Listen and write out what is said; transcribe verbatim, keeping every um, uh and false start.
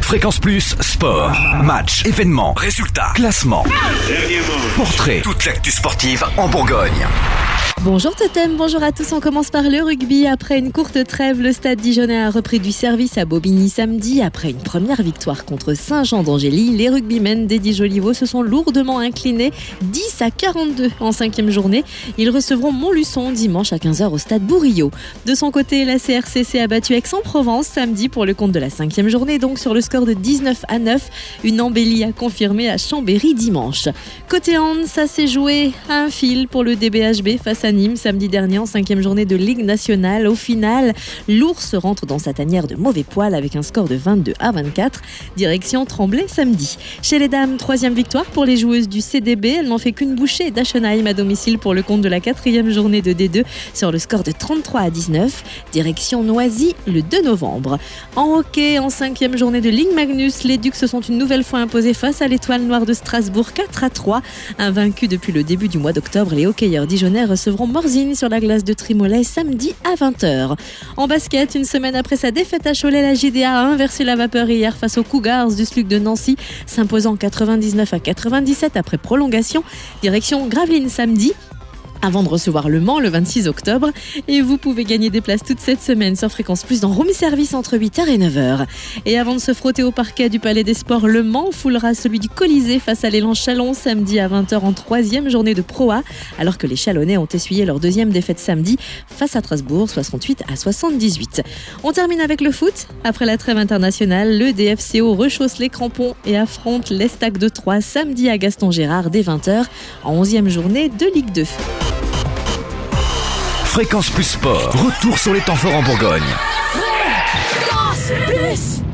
Fréquence Plus, sport, match, événements, résultats, classement, portrait, toute l'actu sportive en Bourgogne. Bonjour Totem, bonjour à tous. On commence par le rugby. Après une courte trêve, le Stade Dijonnais a repris du service à Bobigny samedi. Après une première victoire contre Saint-Jean d'Angély, les rugbymen d'Eddie Joliveau se sont lourdement inclinés dix à quarante-deux en cinquième journée. Ils recevront Montluçon dimanche à quinze heures au Stade Bourillot. De son côté, la C R C C a battu Aix-en-Provence samedi pour le compte de la cinquième journée, donc sur le score de dix-neuf à neuf. Une embellie à confirmer à Chambéry dimanche. Côté hand, ça s'est joué à un fil pour le D B H B face à Nîmes samedi dernier en cinquième journée de Ligue nationale. Au final, l'Ours rentre dans sa tanière de mauvais poil avec un score de vingt-deux à vingt-quatre. Direction Tremblay samedi. Chez les dames, troisième victoire pour les joueuses du C D B. Elles n'ont fait qu'une bouchée d'Aschenheim à domicile pour le compte de la quatrième journée de D deux sur le score de trente-trois à dix-neuf. Direction Noisy le deux novembre. En hockey, en cinquième journée de Ligue Magnus, les Ducs se sont une nouvelle fois imposés face à l'Étoile Noire de Strasbourg quatre à trois. Invaincus depuis le début du mois d'octobre, les hockeyeurs dijonnais recevront Morzine sur la glace de Trimolet samedi à vingt heures. En basket, une semaine après sa défaite à Cholet, la J D A a inversé la vapeur hier face aux Cougars du S L U C de Nancy, s'imposant quatre-vingt-dix-neuf à quatre-vingt-dix-sept après prolongation. Direction Gravelines samedi, avant de recevoir Le Mans le vingt-six octobre. Et vous pouvez gagner des places toute cette semaine sur Fréquence Plus dans Room Service entre huit heures et neuf heures. Et avant de se frotter au parquet du Palais des Sports, Le Mans foulera celui du Colisée face à l'élan Chalon samedi à vingt heures en troisième journée de Pro A, alors que les Chalonnais ont essuyé leur deuxième défaite samedi face à Strasbourg, soixante-huit à soixante-dix-huit. On termine avec le foot. Après la trêve internationale, le D F C O rechausse les crampons et affronte l'Estac de Troyes samedi à Gaston Gérard dès vingt heures en onzième journée de Ligue deux. Fréquence Plus Sport, retour sur les temps forts en Bourgogne. Fréquence Plus.